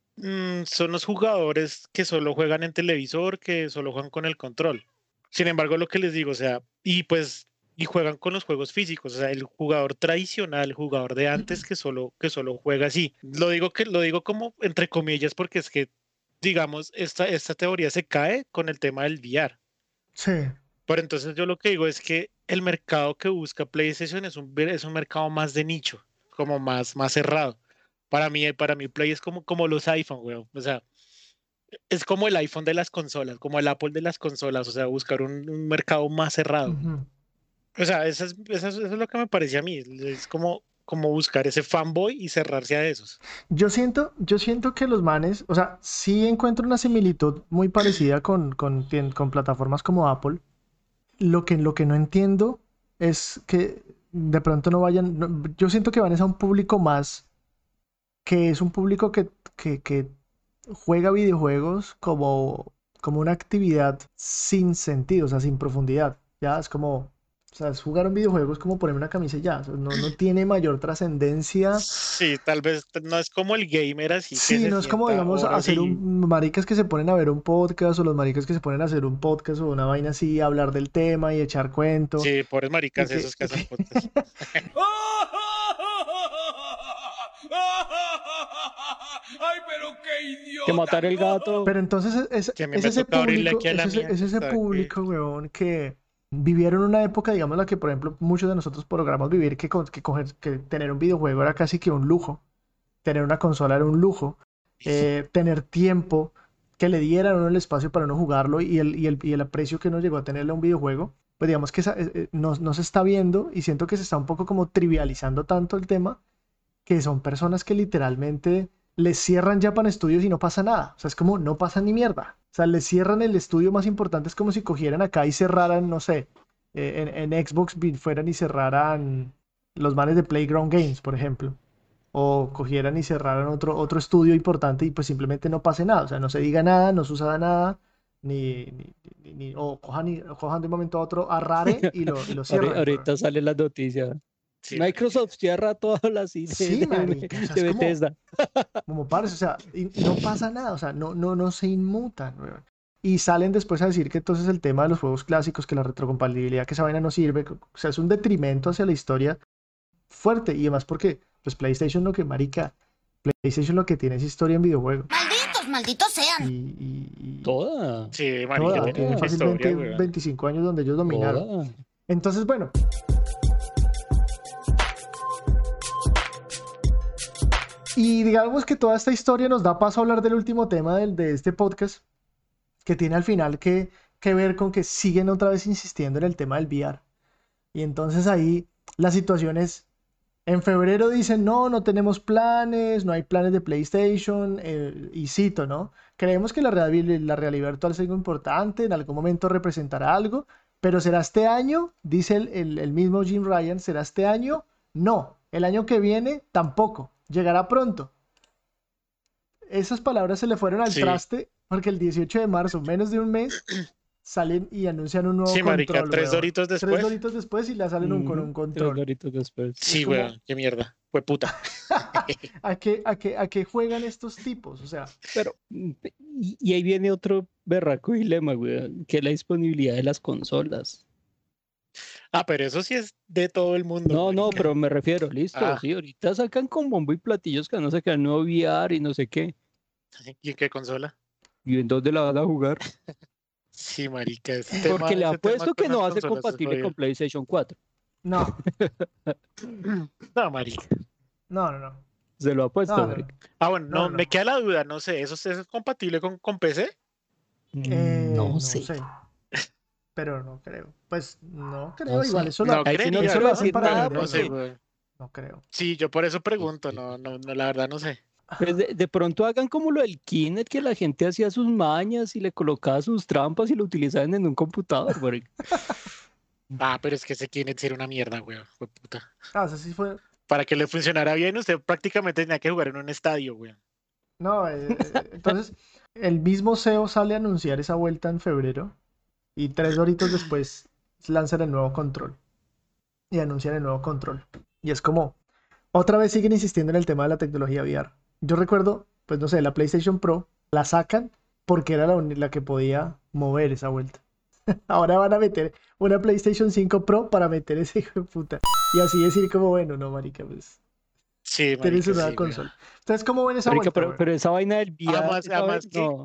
mm, son los jugadores que solo juegan en televisor, que solo juegan con el control. Sin embargo, lo que les digo, o sea, y pues, y juegan con los juegos físicos, o sea, el jugador tradicional, el jugador de antes que solo, que solo juega así. Lo digo que, lo digo como entre comillas, porque es que, digamos, esta, esta teoría se cae con el tema del V R. Sí. Pero entonces yo lo que digo es que el mercado que busca PlayStation es un, es un mercado más de nicho, como más, más cerrado. Para mí, para mí Play es como, como los iPhone, weón. O sea, es como el iPhone de las consolas, como el Apple de las consolas, o sea, buscar un, un mercado más cerrado. Ujú. O sea, eso es, eso es, eso es lo que me parece a mí. Es como, como buscar ese fanboy y cerrarse a esos. Yo siento, yo siento que los manes, o sea, sí encuentro una similitud muy parecida con, con, tien- con plataformas como Apple. Lo que, lo que no entiendo es que de pronto no vayan, no- yo siento que van es a un público más, que es un público que, que, que juega videojuegos como, como una actividad sin sentido, o sea, sin profundidad. Ya es como, o sea, es jugar un videojuego es como ponerme una camisa y ya, o sea, no, no tiene mayor trascendencia. Sí, tal vez no es como el gamer así que Sí, se no es como, sienta digamos, horas hacer y un maricas que se ponen a ver un podcast o los maricas que se ponen a hacer un podcast o una vaina así, hablar del tema y echar cuento. sí, pobres Y maricas que, esos que y hacen que- podcast. ¡Ay, pero qué Que matar el idiota! gato. Pero entonces es, es- Que a mí es me ese toca abrirle público, aquí a es la ese, mía es que ese está que... público, weón, que vivieron una época, digamos, la que, por ejemplo, muchos de nosotros logramos vivir, que, co- que, coger- que tener un videojuego era casi que un lujo, tener una consola era un lujo, eh, tener tiempo, que le dieran a uno el espacio para uno jugarlo y el, y el, y el aprecio que uno llegó a tenerle a un videojuego, pues digamos que esa- eh, eh, no, no se está viendo y siento que se está un poco como trivializando tanto el tema que son personas que literalmente les cierran Japan Studios y no pasa nada. O sea, es como no pasa ni mierda. O sea, les cierran el estudio más importante, es como si cogieran acá y cerraran, no sé, eh, en, en Xbox vi- fueran y cerraran los manes de Playground Games, por ejemplo. O cogieran y cerraran otro, otro estudio importante y pues simplemente no pase nada. O sea, no se diga nada, no se usa nada, ni, ni, ni- ni- o cojan, y- cojan de un momento a otro a Rare y lo, y lo Ahori- cierran, weón. Ahorita sale la noticia. Sí, marica. Microsoft cierra todas las I Ds Sí, de, marica, o sea, de es como, Bethesda. como pares, o sea, y no pasa nada, o sea, no, no, no se inmutan, weón. Y salen después a decir que entonces el tema de los juegos clásicos, que la retrocompatibilidad, que esa vaina no sirve, o sea, es un detrimento hacia la historia fuerte. Y además porque, pues PlayStation lo que, marica, PlayStation lo que tiene es historia en videojuegos. Malditos, malditos Y, sean. y- y Toda. Sí, marica, toda, tiene tienen mucha Toda. historia, fácilmente weón. veinticinco años donde ellos dominaron. Toda. Entonces, bueno. Y digamos que toda esta historia nos da paso a hablar del último tema del, de este podcast, que tiene al final que, que ver con que siguen otra vez insistiendo en el tema del V R. Y entonces ahí la situación es, en febrero dicen, no, no tenemos planes, no hay planes de PlayStation, eh, y cito, ¿no? Creemos que la, real- la realidad virtual es algo importante, en algún momento representará algo, pero ¿será este año? Dice el, el- el mismo Jim Ryan, ¿será este año? No, el año que viene tampoco, llegará pronto. Esas palabras se le fueron al Sí, traste porque el dieciocho de marzo, menos de un mes, salen y anuncian un nuevo sí, marica, control, tres weón. doritos Tres después. doritos después y le salen un, con un Ujú, Tres control. doritos después. Es Sí, como, weón, qué mierda. Fue puta. ¿a qué, a qué, a qué juegan estos tipos? O sea, Pero, mm, pe- y, y ahí viene otro berraco dilema, güey, que es la disponibilidad de las consolas. Ah, pero eso sí es de todo el mundo, No, no, marica. pero me refiero, listo, Ah, sí, ahorita sacan con bombo y platillos que van a sacar nuevo V R y no sé qué. ¿y en qué consola? ¿Y en dónde la van a jugar? Sí, marica, ese tema, Porque le ese tema apuesto con que no las va a ser consolas es compatible jodido. con PlayStation cuatro. no, No, marica. no, no, no. Se lo apuesto, No, no, marica. Ah, bueno, no, no, no, me no. queda la duda, no sé, ¿eso, eso es compatible con, con P C? Eh, No no sé. sé, pero no creo. Pues no creo, No igual sé. eso lo, No Ahí sí no creería, eso quiero lo weón, hacen decir para nada pero no sé, venderlo. porque weón. No creo. Sí, yo por eso pregunto, no, no, no, la verdad no sé. pues de, de pronto hagan como lo del Kinect, que la gente hacía sus mañas y le colocaba sus trampas y lo utilizaban en un computador, marica. Ah, pero es que ese Kinect era una mierda, weón, fue puta. Ah, o sea, sí fue. Para que le funcionara bien, usted prácticamente tenía que jugar en un estadio, weón. No, eh, eh, entonces el mismo C E O sale a anunciar esa vuelta en febrero y tres horitos después lanzan el nuevo control y anuncian el nuevo control. Y es como, otra vez siguen insistiendo en el tema de la tecnología V R. Yo recuerdo, pues no sé, la PlayStation Pro la sacan porque era la, uni- la que podía mover esa vuelta. Ahora van a meter una PlayStation cinco Pro para meter ese hijo de puta. Y así decir como, bueno, no, marica, pues Sí, tienes marica, una nueva sí, weón. consola. Entonces, ¿cómo ven esa Marica, vuelta, pero, weón? pero esa vaina del V R, Además, esa además vai- que, no.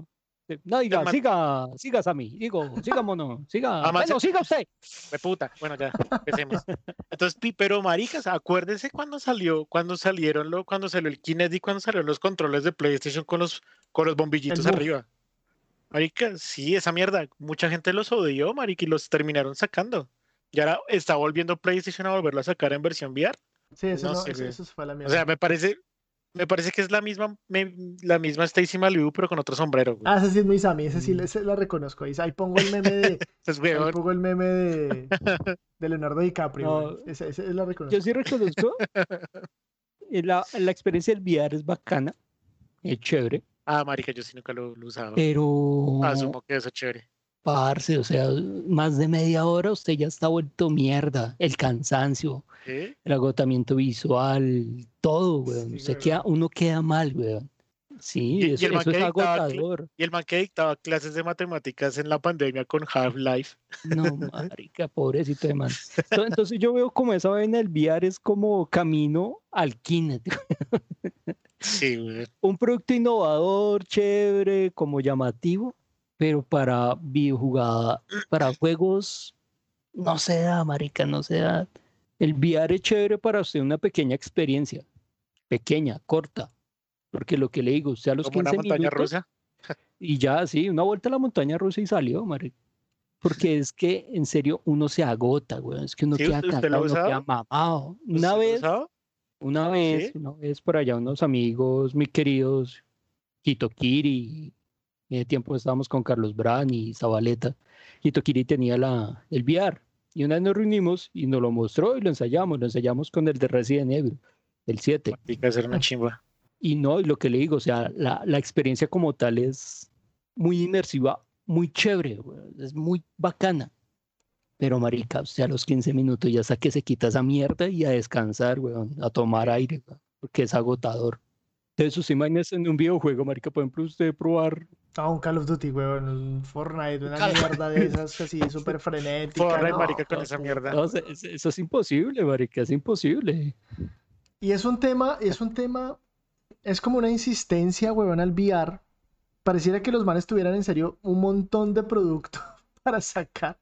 No, diga, ma- siga, siga Sammy, digo, siga mono, siga, Además, bueno, siga usted. Me puta. Bueno, ya, empecemos. Entonces, pi- pero maricas, acuérdense cuando salió, cuando salieron, lo, cuando salió el Kinect y cuando salieron los controles de PlayStation con los, con los El bombillitos Move. arriba. Marica, sí, esa mierda. Mucha gente los odió, marica, y los terminaron sacando. Y ahora está volviendo PlayStation a volverlo a sacar en versión V R. Sí, eso No no, sé, eso, güey. eso fue la O sea, mierda. me parece, me parece que es la misma, me- la misma Stacy Malibu, pero con otro sombrero, güey. Ah, ese sí es muy Sammy, ese sí Mm. ese la reconozco. Ahí, ahí pongo el meme de, Entonces, ahí weón. pongo el meme de, de Leonardo DiCaprio, No, weón. Ese, ese la yo reconozco. sí reconozco, eh, la, la experiencia del V R es bacana, es chévere, Ah, marica, yo sí nunca lo, lo usaba. pero, Asumo que eso es chévere. parce, o sea, más de media hora usted ya está vuelto mierda, el cansancio, ¿Sí? el agotamiento visual, todo, weón, Sí, usted weón. queda, uno queda mal, weón. Sí, Y, y eso, el man eso que es dictaba, cl- agotador. y el man que dictaba clases de matemáticas en la pandemia con Half-Life. No, marica, pobrecito de man. To- Entonces yo veo como esa vaina del V R es como camino al Kinect. Sí, güey. Un producto innovador, chévere, como llamativo, pero para videojugada, para juegos, no se da, marica, no se da. El V R es chévere para usted una pequeña experiencia, pequeña, corta, porque lo que le digo, usted a los Como una quince montaña minutos rusa. y ya, sí, una vuelta a la montaña rusa y salió, marica. Porque es que en serio uno se agota, güey. Es que uno ¿Sí? queda ¿Usted, usted lo ha cansado, uno queda usado? mamado. Una ¿Usted lo ha vez, usado? una vez, ¿Sí? una vez por allá, unos amigos, muy queridos, Hitokiri, en ese tiempo estábamos con Carlos Bran y Zabaleta. Hitokiri tenía la, el V R. Y una vez nos reunimos y nos lo mostró y lo ensayamos. Lo ensayamos con el de Resident Evil, el siete. Marica, hacer una chimba. Y no, y lo que le digo, o sea, la, la experiencia como tal es muy inmersiva, muy chévere, güey, es muy bacana. Pero marica, o sea, a los quince minutos ya hasta que se quita esa mierda y a descansar, weón, a tomar Sí. aire, weón, porque es agotador. Entonces, sus imágenes en un videojuego, marica, por ejemplo, usted probar. Ah, un Call of Duty, weón, un Fortnite, una Call- mierda de esas así súper frenética, Fortnite, no, marica, con qué esa puta, mierda. No, weón. eso, eso es imposible, marica, es imposible. Y es un tema, es un tema, es como una insistencia, weón, al V R. Pareciera que los manes tuvieran en serio un montón de producto para sacar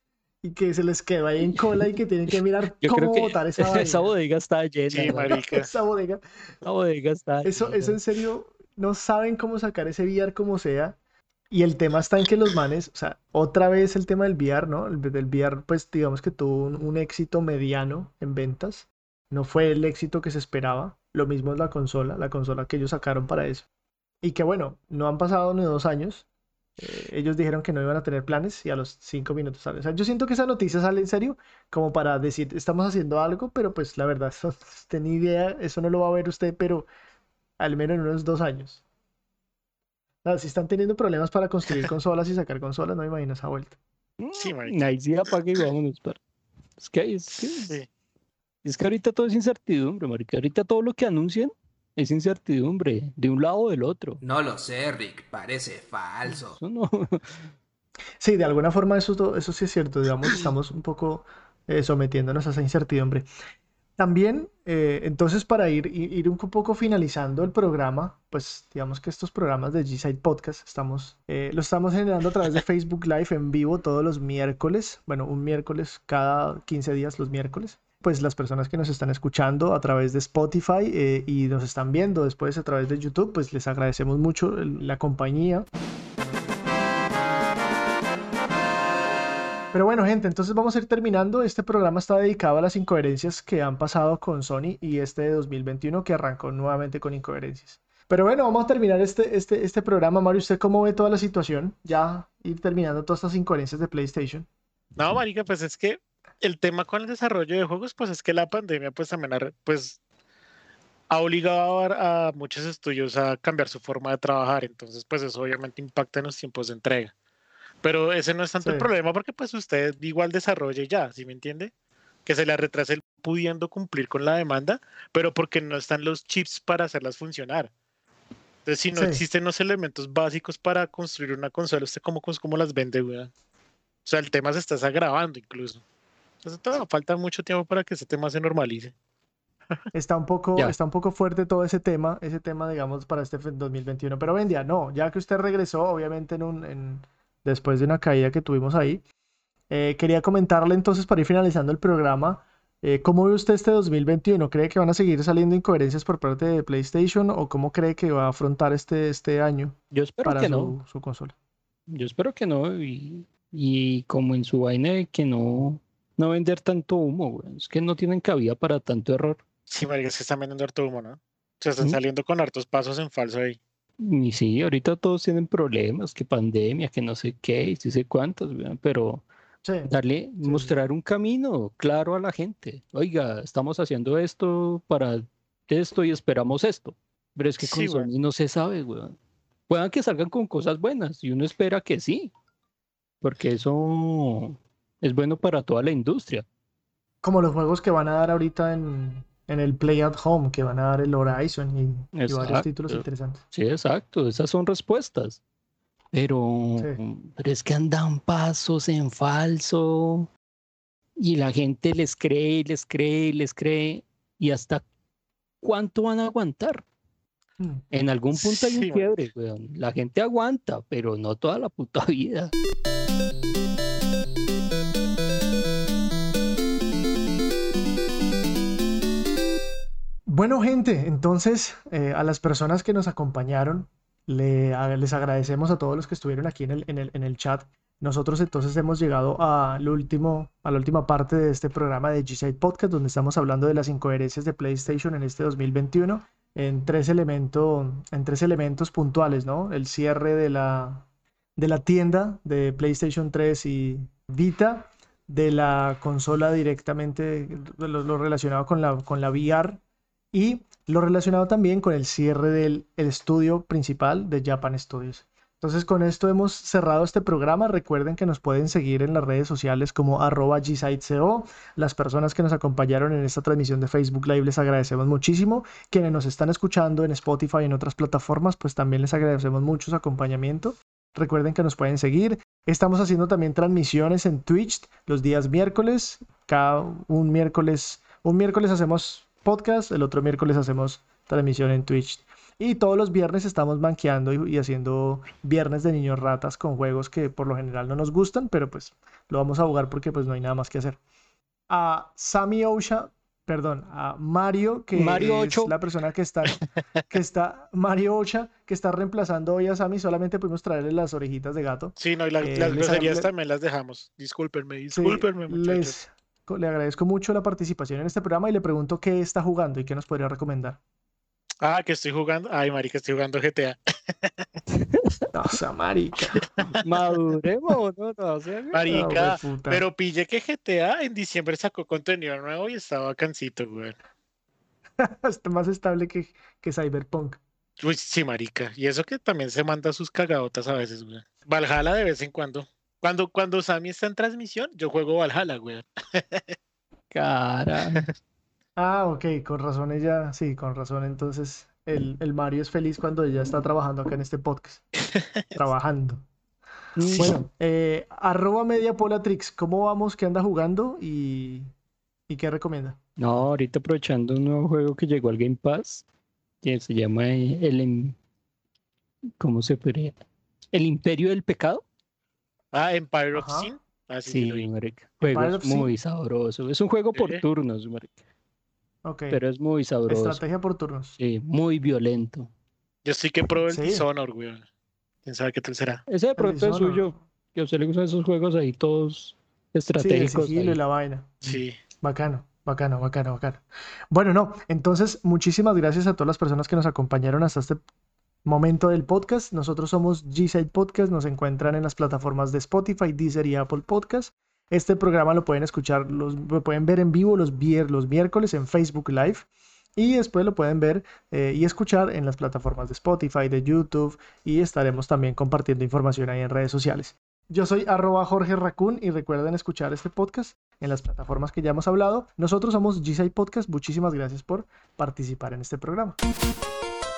y que se les quedó ahí en cola y que tienen que mirar Yo creo cómo que botar esa esa vaina. bodega está llena, Sí, marica, marica. Esa bodega. esa bodega está Eso, eso llena. en serio, no saben cómo sacar ese V R como sea. Y el tema está en que los manes, o sea, otra vez el tema del V R, ¿no? El del V R, pues digamos que tuvo un, un éxito mediano en ventas. No fue el éxito que se esperaba. Lo mismo es la consola, la consola que ellos sacaron para eso. Y que bueno, no han pasado ni dos años. Eh, ellos dijeron que no iban a tener planes y a los cinco minutos sale. O sea, yo siento que esa noticia sale en serio como para decir, estamos haciendo algo, pero pues la verdad, eso, usted ni idea, eso no lo va a ver usted, pero al menos en unos dos años. Nada, si están teniendo problemas para construir consolas y sacar consolas, no me imagino esa vuelta. Sí, Mm, marica. Ahí sí apaga y vámonos, para. Es que, es que, Sí. es que ahorita todo es incertidumbre, marica. Ahorita todo lo que anuncian es incertidumbre, de un lado o del otro. No lo sé, Rick, parece falso. Eso no. Sí, de alguna forma eso, to- eso sí es cierto, digamos, estamos un poco eh, sometiéndonos a esa incertidumbre. También, eh, entonces, para ir, ir ir un poco finalizando el programa, pues digamos que estos programas de G-Side Podcast estamos, eh, lo estamos generando a través de Facebook Live en vivo todos los miércoles, bueno, un miércoles cada quince días los miércoles. Pues las personas que nos están escuchando a través de Spotify eh, y nos están viendo después a través de YouTube, pues les agradecemos mucho el- la compañía. Pero bueno, gente, entonces vamos a ir terminando. Este programa está dedicado a las incoherencias que han pasado con Sony y este de dos mil veintiuno que arrancó nuevamente con incoherencias. Pero bueno, vamos a terminar este, este, este programa. Mario, ¿usted cómo ve toda la situación? Ya ir terminando todas estas incoherencias de PlayStation. No, marica, pues es que el tema con el desarrollo de juegos, pues es que la pandemia, pues también ha, re- pues, ha obligado a, a muchos estudios a cambiar su forma de trabajar. Entonces, pues eso obviamente impacta en los tiempos de entrega. Pero ese no es tanto el Sí. problema porque pues usted igual desarrolle ya, ¿sí me entiende? Que se le retrase el pudiendo cumplir con la demanda, pero porque no están los chips para hacerlas funcionar. Entonces, si no Sí. existen los elementos básicos para construir una consola, ¿usted cómo, cómo cómo las vende, weón? O sea, el tema se está agravando incluso. Entonces, todavía falta mucho tiempo para que ese tema se normalice. está un poco, Ya. está un poco fuerte todo ese tema, ese tema, digamos, para este dos mil veintiuno. Pero Bendia, no, ya que usted regresó, obviamente en un, en, después de una caída que tuvimos ahí, eh, quería comentarle entonces para ir finalizando el programa, eh, ¿cómo ve usted este dos mil veintiuno? ¿Cree que van a seguir saliendo incoherencias por parte de PlayStation o cómo cree que va a afrontar este, este año Yo espero para que no. su, su consola? Yo espero que no. Y, y como en su vaina de que no, no vender tanto humo, güey. Es que no tienen cabida para tanto error. Sí, marica, es que están vendiendo harto humo, ¿no? Se están ¿Mm? saliendo con hartos pasos en falso ahí. Y sí, ahorita todos tienen problemas, que pandemia, que no sé qué, y sí sé cuántos, güey, pero Sí, darle, sí, sí. mostrar un camino claro a la gente. Oiga, estamos haciendo esto para esto y esperamos esto. Pero es que con Sí, güey. Sony no se sabe, weón. Puedan que salgan con cosas buenas y uno espera que sí, porque eso es bueno para toda la industria. Como los juegos que van a dar ahorita en, en el Play at Home, que van a dar el Horizon y, y varios títulos Exacto. interesantes. Sí, exacto. Esas son respuestas. Pero, Sí. pero es que andan pasos en falso y la gente les cree y les cree y les cree. ¿Y hasta cuánto van a aguantar? Mm. En algún punto hay un Sí, quiebre, marica. weón. La gente aguanta, pero no toda la puta vida. Bueno, gente, entonces eh, a las personas que nos acompañaron, le- a- les agradecemos a todos los que estuvieron aquí en el, en el, en el chat. Nosotros entonces hemos llegado a lo último, a la última parte de este programa de G-Side Podcast, donde estamos hablando de las incoherencias de PlayStation en este dos mil veintiuno en tres elementos, en tres elementos puntuales, ¿no? El cierre de la, de la tienda de PlayStation tres y Vita, de la consola directamente, lo, lo relacionado con la, con la V R y lo relacionado también con el cierre del el estudio principal de Japan Studios. Entonces con esto hemos cerrado este programa. Recuerden que nos pueden seguir en las redes sociales como arroba gsitego. Las personas que nos acompañaron en esta transmisión de Facebook Live les agradecemos muchísimo. Quienes nos están escuchando en Spotify y en otras plataformas, pues también les agradecemos mucho su acompañamiento. Recuerden que nos pueden seguir. Estamos haciendo también transmisiones en Twitch los días miércoles. Cada un miércoles, un miércoles hacemos podcast, el otro miércoles hacemos transmisión en Twitch. Y todos los viernes estamos manqueando y, y haciendo viernes de niños ratas con juegos que por lo general no nos gustan, pero pues lo vamos a jugar porque pues no hay nada más que hacer. A Sammy Osha, perdón, a Mario, que Mario es ocho. la persona que está, que está, Mario Ocha, que está reemplazando hoy a Sammy, solamente pudimos traerle las orejitas de gato. Sí, no, y la- Eh, las les groserías agra- también las dejamos. Discúlpenme, Sí, discúlpenme, muchachos. les co- le agradezco mucho la participación en este programa y le pregunto qué está jugando y qué nos podría recomendar. Ah, que estoy jugando. Ay, marica, estoy jugando G T A. No, o sea, marica. Maduremos, no, no, o sea, No, Marica, hueputa. pero pille que G T A en diciembre sacó contenido nuevo y estaba bacancito, güey. Está más estable que, que Cyberpunk. Uy, sí, marica. Y eso que también se manda sus cagadotas a veces, güey. Valhalla de vez en cuando. Cuando, cuando Sammy está en transmisión, yo juego Valhalla, güey. cara. Ah, ok, con razón ella, sí, con razón. Entonces, el, el Mario es feliz cuando ella está trabajando acá en este podcast. Trabajando. Mm, Bueno, eh, arroba Mediapolatrix, ¿cómo vamos? ¿Qué anda jugando? ¿Y, y qué recomienda? No, ahorita aprovechando un nuevo juego que llegó al Game Pass, que se llama eh, el, Im- ¿cómo se podría? El Imperio del Pecado. Ah, Empire of Ajá. Sin. Ah, sí, sí, lo Sí, vi. marica. Empire Juego es of Sin. muy sabroso. Es un juego por Sí. turnos, marica, Ok, pero es muy sabroso. estrategia por turnos. Sí, muy violento. Yo estoy que pruebo el Sí. Dishonored, güey. ¿Quién sabe qué tal será? Ese de El pronto es Dishonored. suyo. Que a usted le gustan esos juegos ahí todos Sí, el estratégicos. sigilo y ahí. la vaina. Sí. Bacano, bacano, bacano, bacano. Bueno, no, entonces muchísimas gracias a todas las personas que nos acompañaron hasta este momento del podcast. Nosotros somos G-Side Podcast, nos encuentran en las plataformas de Spotify, Deezer y Apple Podcast. Este programa lo pueden escuchar, los, lo pueden ver en vivo los, vier, los miércoles en Facebook Live y después lo pueden ver eh, y escuchar en las plataformas de Spotify, de YouTube y estaremos también compartiendo información ahí en redes sociales. Yo soy arroba Jorge Raccoon y recuerden escuchar este podcast en las plataformas que ya hemos hablado. Nosotros somos G-Side Podcast. Muchísimas gracias por participar en este programa.